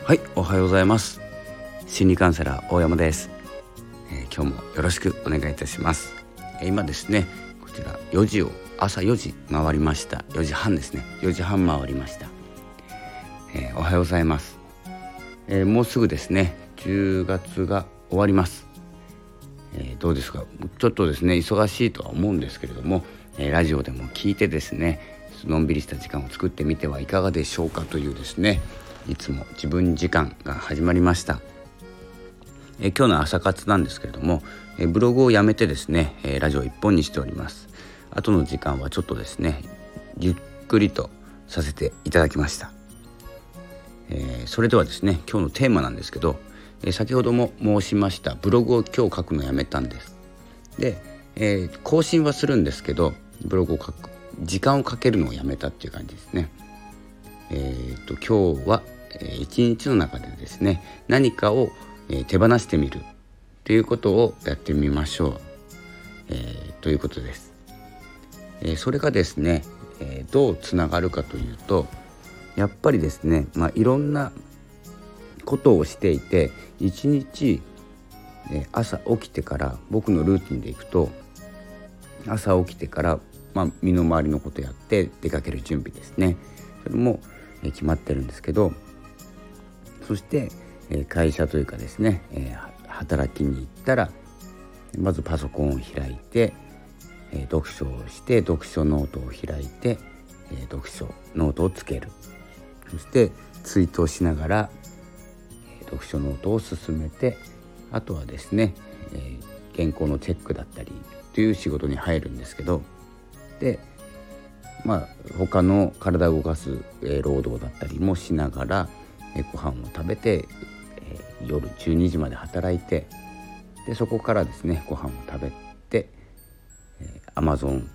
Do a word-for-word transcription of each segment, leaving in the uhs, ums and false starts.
はい、おはようございます。心理カウンセラー大山です、えー、今日もよろしくお願いいたします。えー、今ですねこちらよじを朝よじ回りました。よじはんですね。よじはん回りました。えー、おはようございます。えー、もうすぐですねじゅうがつが終わります。えー、どうですか。ちょっとですね忙しいとは思うんですけれども、えー、ラジオでも聞いてですねのんびりした時間を作ってみてはいかがでしょうかというですねいつも自分時間が始まりました。え今日の朝活なんですけれども、えブログをやめてですね、えラジオ一本にしております。後の時間はちょっとですねゆっくりとさせていただきました。えー、それではですね今日のテーマなんですけど、えー、先ほども申しましたブログを今日書くのやめたんです。で、えー、更新はするんですけどブログを書く時間をかけるのをやめたっていう感じですね。えー、と今日は一日の中でですね何かを手放してみるということをやってみましょう、えー、ということです。えー、それがですね、えー、どうつながるかというとやっぱりですね、まあ、いろんなことをしていて一日、えー、朝起きてから僕のルーティンでいくと朝起きてから、まあ、身の回りのことやって出かける準備ですね。それも決まってるんですけど、そして会社というかですね働きに行ったらまずパソコンを開いて読書をして読書ノートを開いて読書ノートをつける。そしてツイートをしながら読書ノートを進めて、あとはですね原稿のチェックだったりという仕事に入るんですけど、でまあ、他の体を動かす、えー、労働だったりもしながら、えー、ご飯を食べて、えー、夜じゅうにじまで働いて、でそこからですねご飯を食べて、えー、Amazon の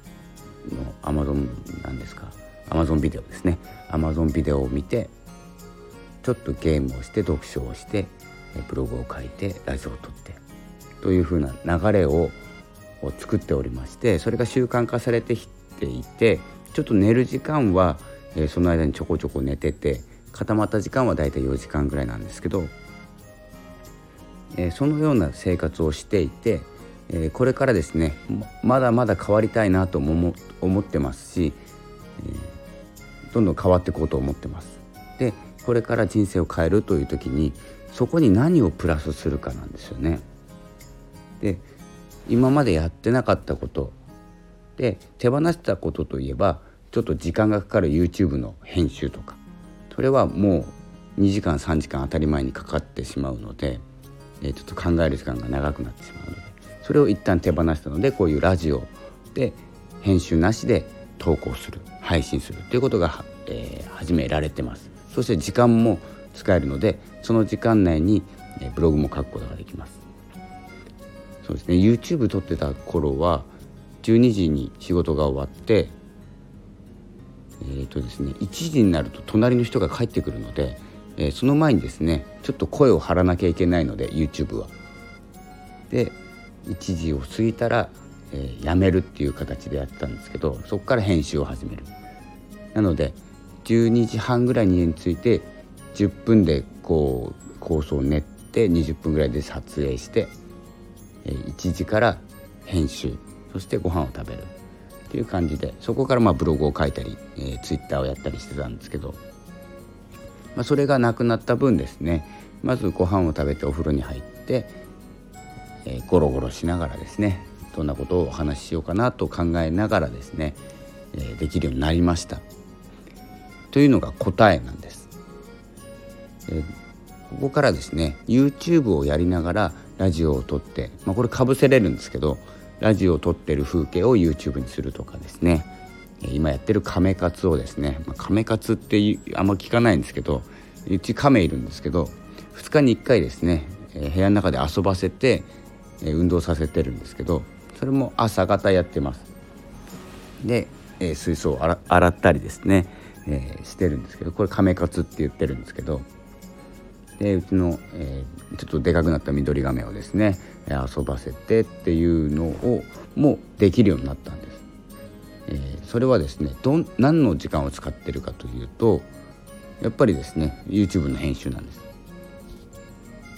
Amazon なんですか Amazon ビデオですね Amazon ビデオを見てちょっとゲームをして読書をして、えー、ブログを書いてラジオを撮ってという風な流れをを作っておりまして、それが習慣化されてきていて、ちょっと寝る時間は、えー、その間にちょこちょこ寝てて固まった時間はだいたいよじかんぐらいなんですけど、えー、そのような生活をしていて、えー、これからですねまだまだ変わりたいなとも思ってますし、えー、どんどん変わっていこうと思ってます。でこれから人生を変えるという時にそこに何をプラスするかなんですよね。で今までやってなかったことで手放したことといえばちょっと時間がかかる YouTube の編集とか、それはもうにじかんさんじかん当たり前にかかってしまうので、えー、ちょっと考える時間が長くなってしまうのでそれを一旦手放したので、こういうラジオで編集なしで投稿する配信するということが、えー、始められてます。そして時間も使えるのでその時間内に、えー、ブログも書くことができます。そうですね、YouTube 撮ってた頃はじゅうにじに仕事が終わってえーとですね、いちじになると隣の人が帰ってくるので、えー、その前にですねちょっと声を張らなきゃいけないので YouTube はでいちじを過ぎたら、えー、やめるっていう形でやってたんですけど、そこから編集を始める。なのでじゅうにじはんぐらいに家に着いてじゅっぷんでこう構想を練ってにじゅっぷんぐらいで撮影していちじから編集、そしてご飯を食べるっていう感じで、そこからまあブログを書いたり、えー、ツイッターをやったりしてたんですけど、まあ、それがなくなった分ですねまずご飯を食べてお風呂に入って、えー、ゴロゴロしながらですねどんなことをお話ししようかなと考えながらですね、えー、できるようになりましたというのが答えなんです。えー、ここからですね YouTube をやりながらラジオを撮って、まあ、これかぶせれるんですけどラジオを撮ってる風景を YouTube にするとかですね、今やってるカメ活をですね、まあ、カメ活ってあんま聞かないんですけどうちカメいるんですけどふつかにいっかいですね、えー、部屋の中で遊ばせて、えー、運動させてるんですけど、それも朝方やってます。で、えー、水槽を洗ったりですね、えー、してるんですけど、これカメ活って言ってるんですけど、でうちの、えー、ちょっとでかくなった緑ガメをですね遊ばせてっていうのをもできるようになったんです。えー、それはですねどん何の時間を使ってるかというとやっぱりですね YouTube の編集なんです。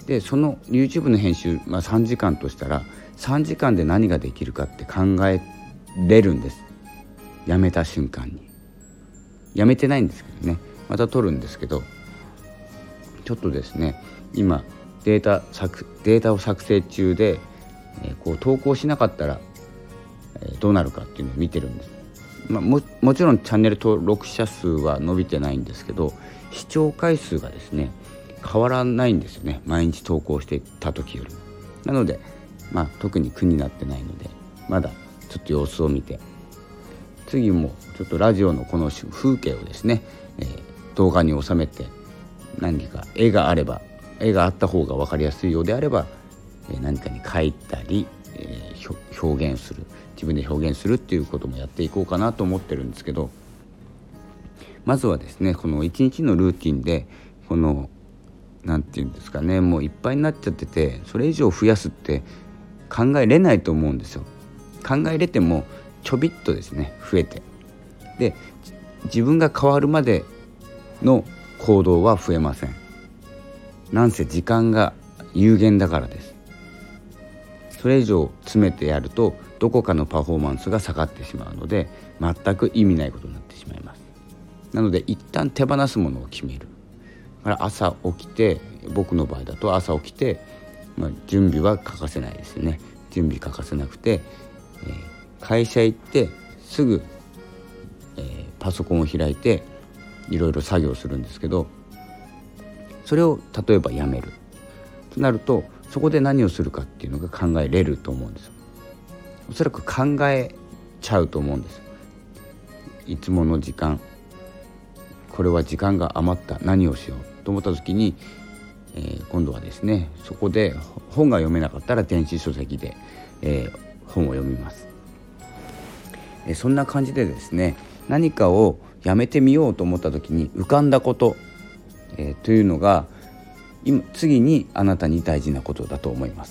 でその YouTube の編集、まあ、さんじかんとしたらさんじかんで何ができるかって考えれるんです。やめた瞬間に。やめてないんですけどね、また撮るんですけど、ちょっとですね今データ作データを作成中で、えー、こう投稿しなかったら、えー、どうなるかっていうのを見てるんです。まあ、も, もちろんチャンネル登録者数は伸びてないんですけど、視聴回数がですね変わらないんですよね、毎日投稿していた時よりも。なので、まあ、特に苦になってないので、まだちょっと様子を見て、次もちょっとラジオのこの風景をですね、えー、動画に収めて、何か絵があれば絵があった方が分かりやすいようであれば、えー、何かに書いたり、えー、表現する自分で表現するっていうこともやっていこうかなと思ってるんですけど、まずはですねこの一日のルーティンでこのなんていうんですかね、もういっぱいになっちゃってて、それ以上増やすって考えれないと思うんですよ。考えれてもちょびっとですね増えて、で自分が変わるまでの行動は増えません。なんせ時間が有限だからです。それ以上詰めてやるとどこかのパフォーマンスが下がってしまうので、全く意味ないことになってしまいます。なので一旦手放すものを決める。朝起きて、僕の場合だと朝起きて、まあ、準備は欠かせないですよね。準備欠かせなくて、えー、会社行ってすぐ、えー、パソコンを開いていろいろ作業するんですけど、それを例えばやめるとなると、そこで何をするかっていうのが考えれると思うんですよ。おそらく考えちゃうと思うんです。いつもの時間、これは時間が余った、何をしようと思った時に、えー、今度はですねそこで本が読めなかったら電子書籍で、えー、本を読みます。えー、そんな感じでですね、何かをやめてみようと思った時に浮かんだこと、えー、というのが今次にあなたに大事なことだと思います。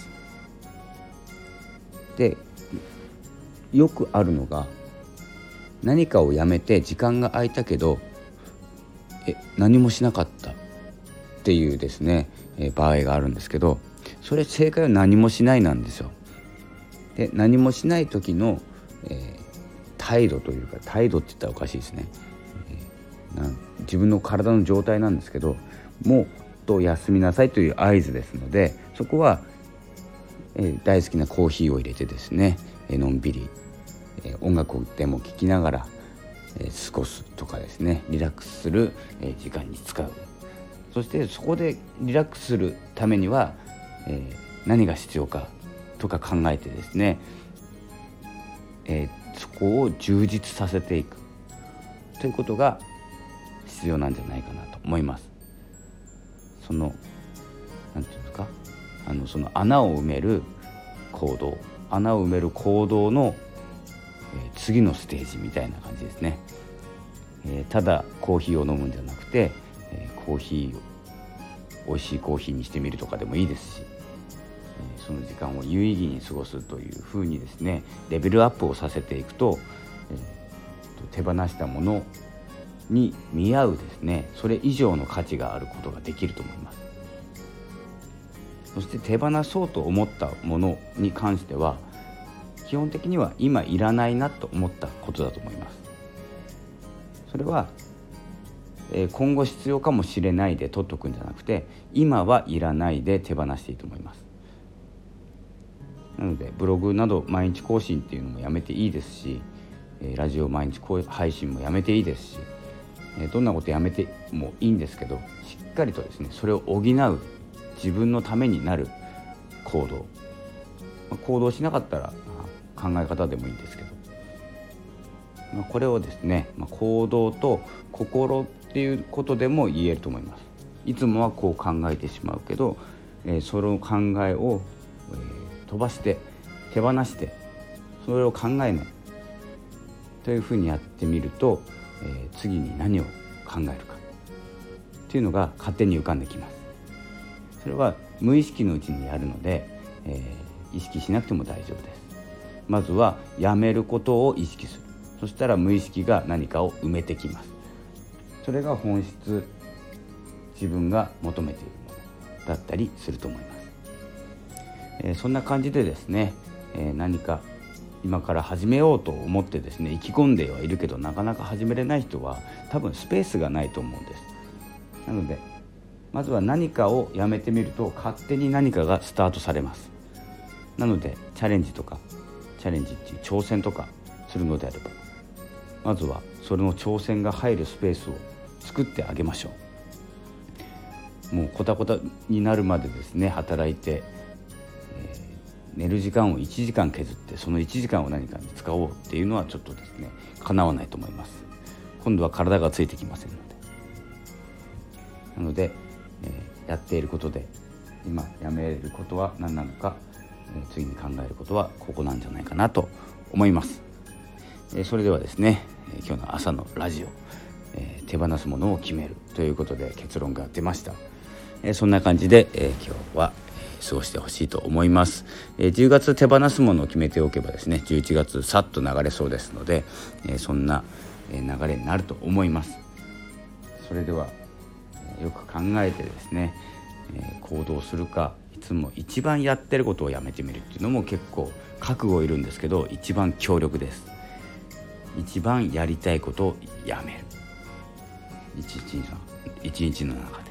で、よくあるのが、何かをやめて時間が空いたけどえ何もしなかったっていうですね、えー、場合があるんですけど、それ正解は何もしないなんですよ。で、何もしない時の、えー、態度というか、態度って言ったらおかしいですね、えー、な自分の体の状態なんですけど、もうと休みなさいという合図ですので、そこは、えー、大好きなコーヒーを入れてですね、えー、のんびり、えー、音楽でも聴きながら、えー、過ごすとかですね、リラックスする、えー、時間に使う。そしてそこでリラックスするためには、えー、何が必要かとか考えてですね、えー、そこを充実させていくということが必要なんじゃないかなと思います。そのなんていうんですか、あのその穴を埋める行動穴を埋める行動の、えー、次のステージみたいな感じですね。えー、ただコーヒーを飲むんじゃなくて、えー、コーヒーを美味しいコーヒーにしてみるとかでもいいですし、えー、その時間を有意義に過ごすというふうにですね、レベルアップをさせていくと、えー、手放したものに見合うですね、それ以上の価値があることができると思います。そして手放そうと思ったものに関しては、基本的には今いらないなと思ったことだと思います。それは、えー、今後必要かもしれないで取っとくんじゃなくて、今はいらないで手放していいと思います。なのでブログなど毎日更新っていうのもやめていいですし、えー、ラジオ毎日配信もやめていいですし、えー、どんなことやめてもいいんですけど、しっかりとですねそれを補う自分のためになる行動、まあ、行動しなかったら考え方でもいいんですけど、まあ、これをですね、まあ、行動と心っていうことでも言えると思います。いつもはこう考えてしまうけど、えー、その考えを、えー、飛ばして手放してそれを考えないというふうにやってみると、えー、次に何を考えるかっていうのが勝手に浮かんできます。それは無意識のうちにやるので、えー、意識しなくても大丈夫です。まずはやめることを意識する。そしたら無意識が何かを埋めてきます。それが本質、自分が求めているもの。 だったりすると思います。えー、そんな感じでですね、えー、何か今から始めようと思ってですね意気込んではいるけどなかなか始めれない人は多分スペースがないと思うんです。なのでまずは何かをやめてみると勝手に何かがスタートされます。なのでチャレンジとかチャレンジっていう挑戦とかするのであればまずはそれの挑戦が入るスペースを作ってあげましょう。もうコタコタになるまでですね働いて、えー、寝る時間をいちじかん削ってそのいちじかんを何かに使おうっていうのはちょっとですね叶わないと思います。今度は体がついてきませんのでなので、えー、やっていることで今やめることは何なのか、えー、次に考えることはここなんじゃないかなと思います。えー、それではですね、えー、今日の朝のラジオ、えー、手放すものを決めるということで結論が出ました。えー、そんな感じで、えー、今日は、えー、過ごしてほしいと思います。えー、じゅうがつ手放すものを決めておけばですねじゅういちがつさっと流れそうですので、えー、そんな流れになると思います。それではよく考えてですね、えー、行動するかいつも一番やってることをやめてみるっていうのも結構覚悟いるんですけど一番強力です。一番やりたいことをやめる一日の、一日の中で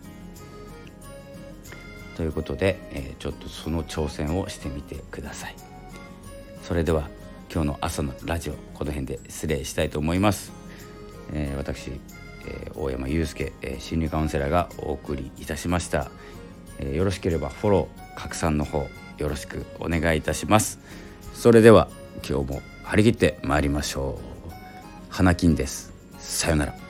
ということで、えー、ちょっとその挑戦をしてみてください。それでは今日の朝のラジオこの辺で失礼したいと思います。えー、私、えー、大山祐介、えー、心理カウンセラーがお送りいたしました。えー、よろしければフォロー拡散の方よろしくお願いいたします。それでは今日も張り切って参りましょう。花金です。さよなら。